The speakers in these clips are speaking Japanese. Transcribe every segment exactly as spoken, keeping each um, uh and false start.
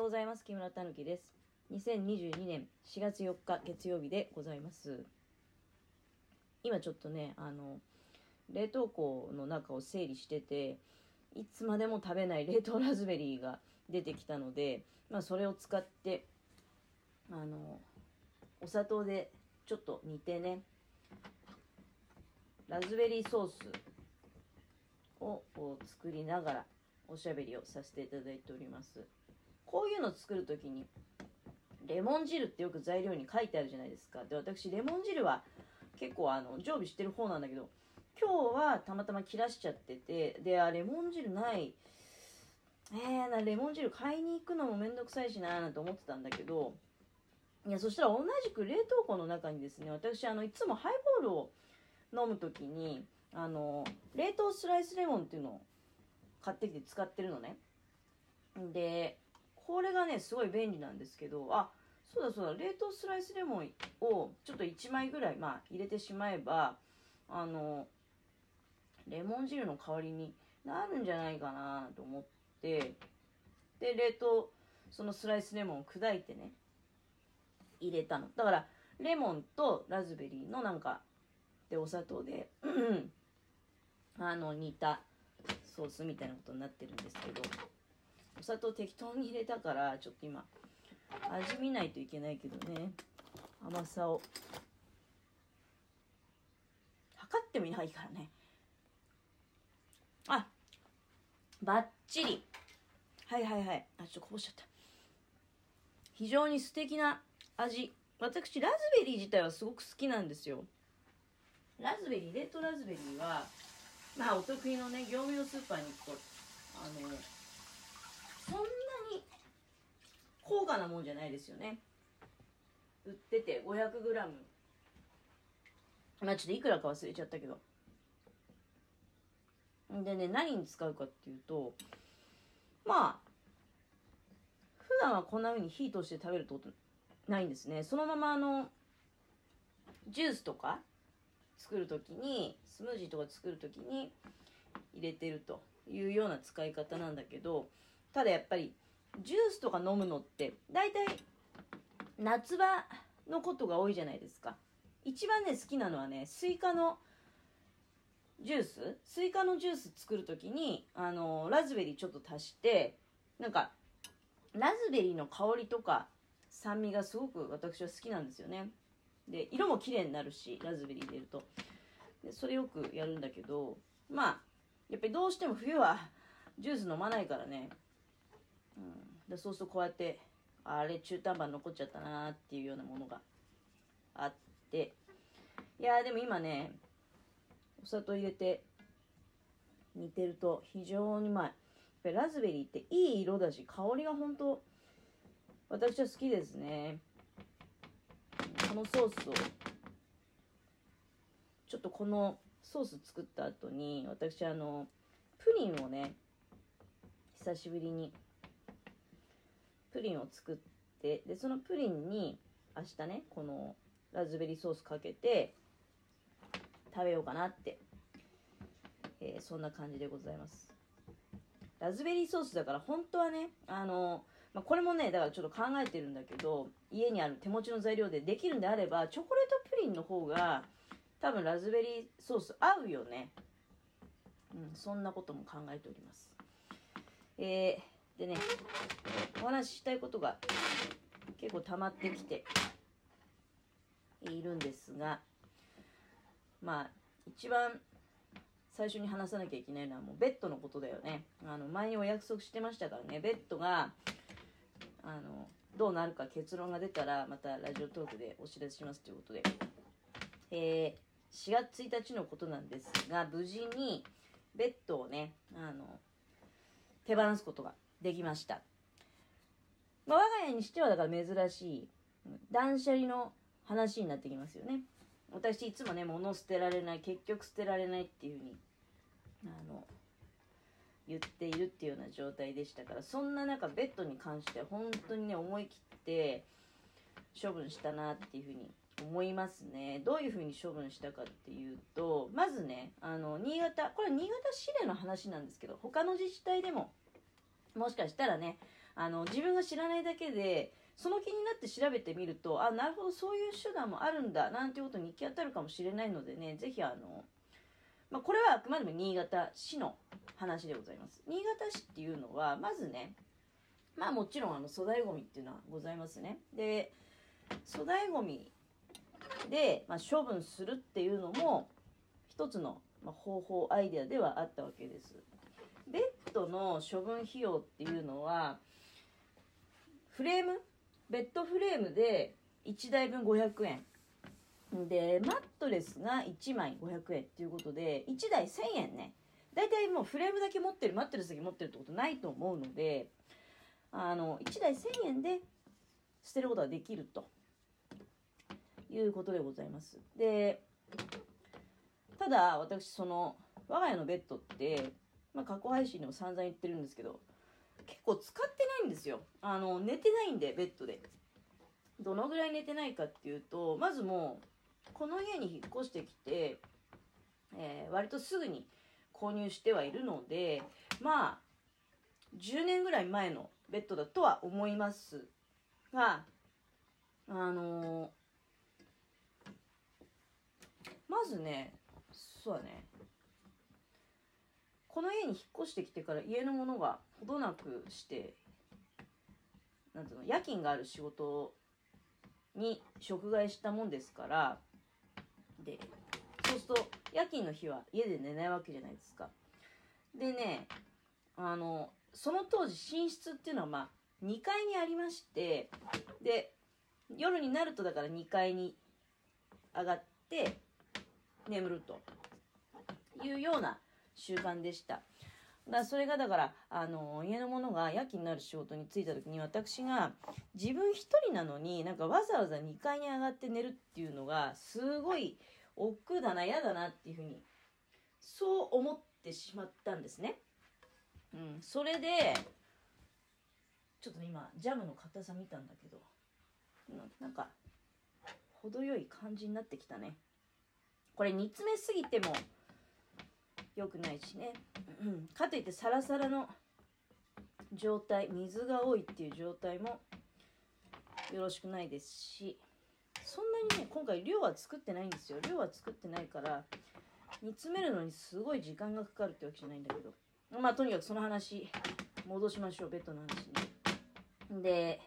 ございます。木村たぬきです。にせんにじゅうにねんしがつよっか月曜日でございます。今ちょっとね、あの、冷凍庫の中を整理してて、いつまでも食べない冷凍ラズベリーが出てきたので、まあそれを使って、あの、お砂糖でちょっと煮てね、ラズベリーソースを作りながらおしゃべりをさせていただいております。こういうのを作るときにレモン汁ってよく材料に書いてあるじゃないですか。で、私レモン汁は結構あの常備してる方なんだけど、今日はたまたま切らしちゃってて、で、あ、レモン汁ない、えー、なレモン汁買いに行くのもめんどくさいしなーなんて思ってたんだけど、いや、そしたら同じく冷凍庫の中にですね、私あのいつもハイボールを飲むときにあの冷凍スライスレモンっていうのを買ってきて使ってるのね。で、これがねすごい便利なんですけど、あ、そうだそうだ、冷凍スライスレモンをちょっといちまいぐらい、まあ、入れてしまえばあのレモン汁の代わりになるんじゃないかなと思って、で冷凍そのスライスレモンを砕いてね入れたの。だからレモンとラズベリーのなんかでお砂糖であの煮たソースみたいなことになってるんですけど、お砂糖適当に入れたからちょっと今味見ないといけないけどね、甘さを測ってもいないからね。あ、バッチリ。はいはいはい。あ、ちょっとこぼしちゃった。非常に素敵な味。私ラズベリー自体はすごく好きなんですよ。ラズベリー、冷凍ラズベリーはまあお得意のね業務用スーパーに行くとあのそんなに高価なもんじゃないですよね。売ってて ごひゃくグラム、 まあちょっといくらか忘れちゃったけど、でね、何に使うかっていうと、まあ普段はこんな風に火通して食べるってことないんですね。そのままあのジュースとか作るときに、スムージーとか作るときに入れてるというような使い方なんだけど、ただやっぱりジュースとか飲むのって大体夏場のことが多いじゃないですか。一番ね好きなのはね、スイカのジューススイカのジュース作るときにあのラズベリーちょっと足して、なんかラズベリーの香りとか酸味がすごく私は好きなんですよね。で、色も綺麗になるし、ラズベリー入れると。で、それよくやるんだけど、まあ、やっぱりどうしても冬はジュース飲まないからね。うん、でそうするとこうやって、あれ、中途半端に残っちゃったなーっていうようなものがあって。いやーでも今ね、お砂糖入れて煮てると非常にうまい。やっぱりラズベリーっていい色だし、香りが本当私は好きですね。このソースをちょっとこのソース作った後に、私あのプリンをね久しぶりにプリンを作って、でそのプリンに明日ねこのラズベリーソースかけて食べようかなって、えー、そんな感じでございます。ラズベリーソースだから本当はねあのまあ、これもねだからちょっと考えてるんだけど、家にある手持ちの材料でできるんであればチョコレートプリンの方が多分ラズベリーソース合うよね。うん、そんなことも考えております。えー、でね、お話ししたいことが結構溜まってきているんですが、まあ一番最初に話さなきゃいけないのはもうベッドのことだよね。あの前にお約束してましたからね、ベッドがあのどうなるか結論が出たらまたラジオトークでお知らせしますということで、えー、しがつついたちのことなんですが、無事にベッドをねあの手放すことができました。まあ、我が家にしてはだから珍しい断捨離の話になってきますよね。私いつもね物を捨てられない、結局捨てられないっていう風にあの言っているっていうような状態でしたから、そんな中ベッドに関しては本当にね思い切って処分したなっていうふうに思いますね。どういうふうに処分したかっていうと、まずねあの新潟、これは新潟市での話なんですけど、他の自治体でももしかしたらねあの自分が知らないだけでその気になって調べてみると、あ、なるほど、そういう手段もあるんだなんていうことに行き当たるかもしれないのでね、ぜひあの、まあ、これはあくまでも新潟市の話でございます。新潟市っていうのはまずね、まあもちろんあの粗大ごみっていうのはございますね。で、粗大ごみで、まあ、処分するっていうのも一つの、まあ、方法アイデアではあったわけです。ベッドの処分費用っていうのはフレームベッドフレームでいちだいぶんごひゃくえんで、マットレスがいちまいごひゃくえんっていうことでいちだいせんえんね。だいたいもうフレームだけ持ってるマットレスだけ持ってるってことないと思うので、あのいちだいせんえんで捨てることができるということでございます。で、ただ私その我が家のベッドって、まあ、過去配信でも散々言ってるんですけど、結構使ってないんですよ。あの寝てないんで、ベッドでどのぐらい寝てないかっていうと、まずもうこの家に引っ越してきて、えー、割とすぐに購入してはいるので、まあじゅうねんぐらい前のベッドだとは思いますが、あのー、まずね、そうだね、この家に引っ越してきてから家のものがほどなくして、なんていうの、夜勤がある仕事に職替えしたもんですから、で、そうすると夜勤の日は家で寝ないわけじゃないですか。でね、あのその当時寝室っていうのはまあにかいにありまして、で夜になるとだからにかいに上がって眠るというような習慣でした。だからそれがだからあの家の者が夜勤になる仕事に就いた時に、私が自分一人なのになんかわざわざにかいに上がって寝るっていうのがすごい億劫だな、嫌だなっていうふうにそう思ってしまったんですね。うん、それでちょっと今ジャムの硬さ見たんだけど、なんか程よい感じになってきたね。これ煮詰めすぎても良くないしね、うん、かといってサラサラの状態、水が多いっていう状態もよろしくないですし、そんなにね今回量は作ってないんですよ。量は作ってないから煮詰めるのにすごい時間がかかるってわけじゃないんだけど、まあとにかくその話戻しましょう、ベッドの話に。で、え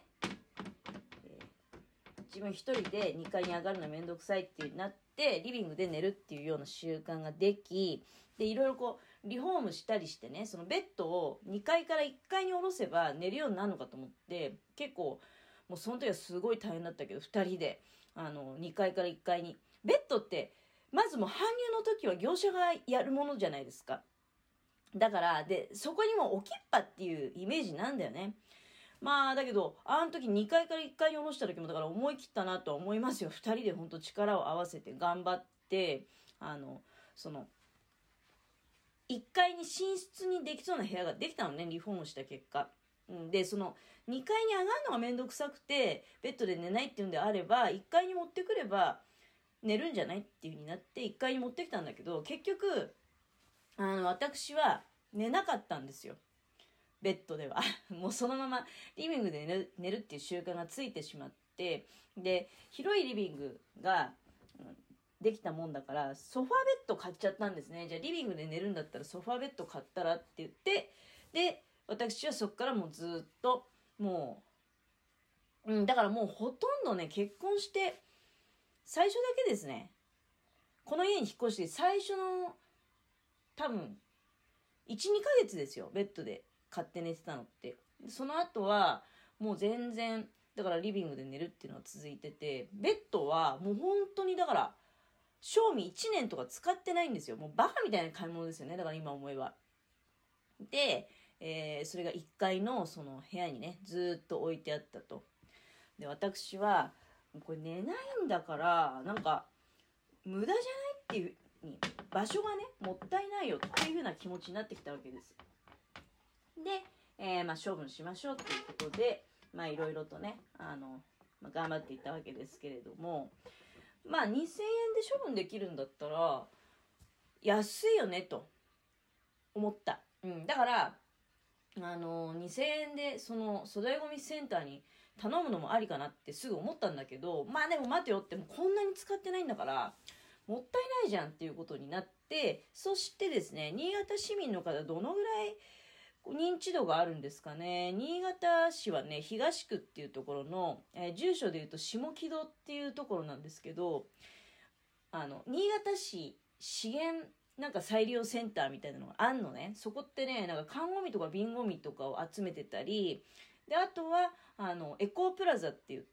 ー、自分一人でにかいに上がるのめんどくさいってなってリビングで寝るっていうような習慣ができ、でいろいろこうリフォームしたりしてね、そのベッドをにかいからいっかいに下ろせば寝るようになるのかと思って、結構もうその時はすごい大変だったけど、ふたりであのにかいからいっかいに、ベッドってまずもう搬入の時は業者がやるものじゃないですか。だからでそこにも置きっぱっていうイメージなんだよね。まあだけどあの時にかいからいっかいに下ろした時もだから思い切ったなとは思いますよ。ふたりで本当力を合わせて頑張って、あのそのいっかいに寝室にできそうな部屋ができたのね、リフォームした結果。でそのにかいに上がるのがめんどくさくてベッドで寝ないっていうんであればいっかいに持ってくれば寝るんじゃないっていう風になっていっかいに持ってきたんだけど、結局あの私は寝なかったんですよ、ベッドではもうそのままリビングで寝る、寝るっていう習慣がついてしまって、で広いリビングが、うん、できたもんだからソファーベッド買っちゃったんですね。じゃあリビングで寝るんだったらソファーベッド買ったらって言って、で私はそこからもうずっともう、うん、だからもうほとんどね、結婚して最初だけですね、この家に引っ越して最初の多分いち、にかげつですよ、ベッドで買って寝てたのって。その後はもう全然だからリビングで寝るっていうのが続いてて、ベッドはもう本当にだから賞味いちねんとか使ってないんですよ。もうバカみたいな買い物ですよね、だから今思えば。で、えー、それがいっかいのその部屋にねずっと置いてあったと。で私はこれ寝ないんだからなんか無駄じゃないっていうに場所がねもったいないよっていう風な気持ちになってきたわけです。で、えー、まあ処分しましょうっていうことでまあいろいろとねあの、まあ、頑張っていったわけですけれども、まあにせんえんで処分できるんだったら安いよねと思った。うん、だからあのにせんえんでその粗大ごみセンターに頼むのもありかなってすぐ思ったんだけど、まあでも待てよって、もうこんなに使ってないんだからもったいないじゃんっていうことになって、そしてですね、新潟市民の方どのぐらい認知度があるんですかね。新潟市はね、東区っていうところの、えー住所でいうと下木戸っていうところなんですけど、あの新潟市資源なんか再利用センターみたいなのがあんのね。そこってね、なんか缶ゴミとか瓶ゴミとかを集めてたりで、あとはあのエコープラザって言って、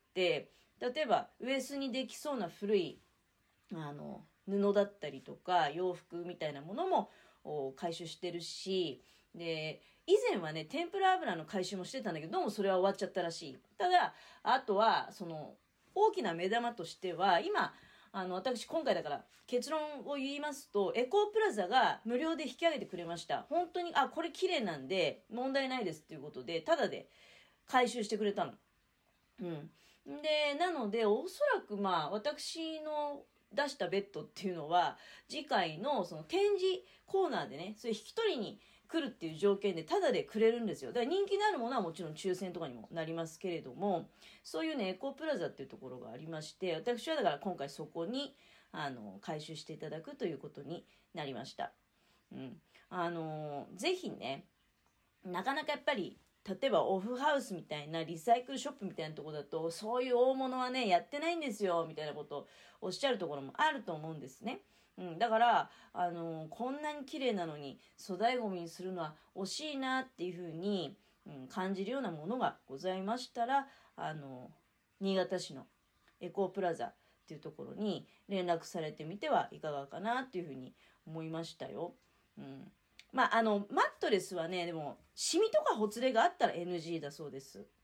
例えばウエスにできそうな古いあの布だったりとか洋服みたいなものもお回収してるし、で以前はね天ぷら油の回収もしてたんだけど、どうもそれは終わっちゃったらしい。ただあとはその大きな目玉としては、今あの私今回だから結論を言いますと、エコープラザが無料で引き上げてくれました。本当にあこれ綺麗なんで問題ないですっていうことでタダで回収してくれたの。うん、でなのでおそらくまあ私の出したベッドっていうのは次回のその展示コーナーでね、それ引き取りに来るっていう条件でタダでくれるんですよ。だから人気のあるものはもちろん抽選とかにもなりますけれども、そういうねエコープラザっていうところがありまして、私はだから今回そこにあの回収していただくということになりました。うん、あのぜひね、なかなかやっぱり例えばオフハウスみたいなリサイクルショップみたいなところだと、そういう大物はねやってないんですよみたいなことをおっしゃるところもあると思うんですね。うん、だから、あのーこんなに綺麗なのに粗大ごみにするのは惜しいなっていうふうに、うん、感じるようなものがございましたら、あのー新潟市のエコープラザっていうところに連絡されてみてはいかがかなっていうふうに思いましたよ。うん、まあ、あのマットレスはね、でもシミとかほつれがあったら エヌジー だそうです。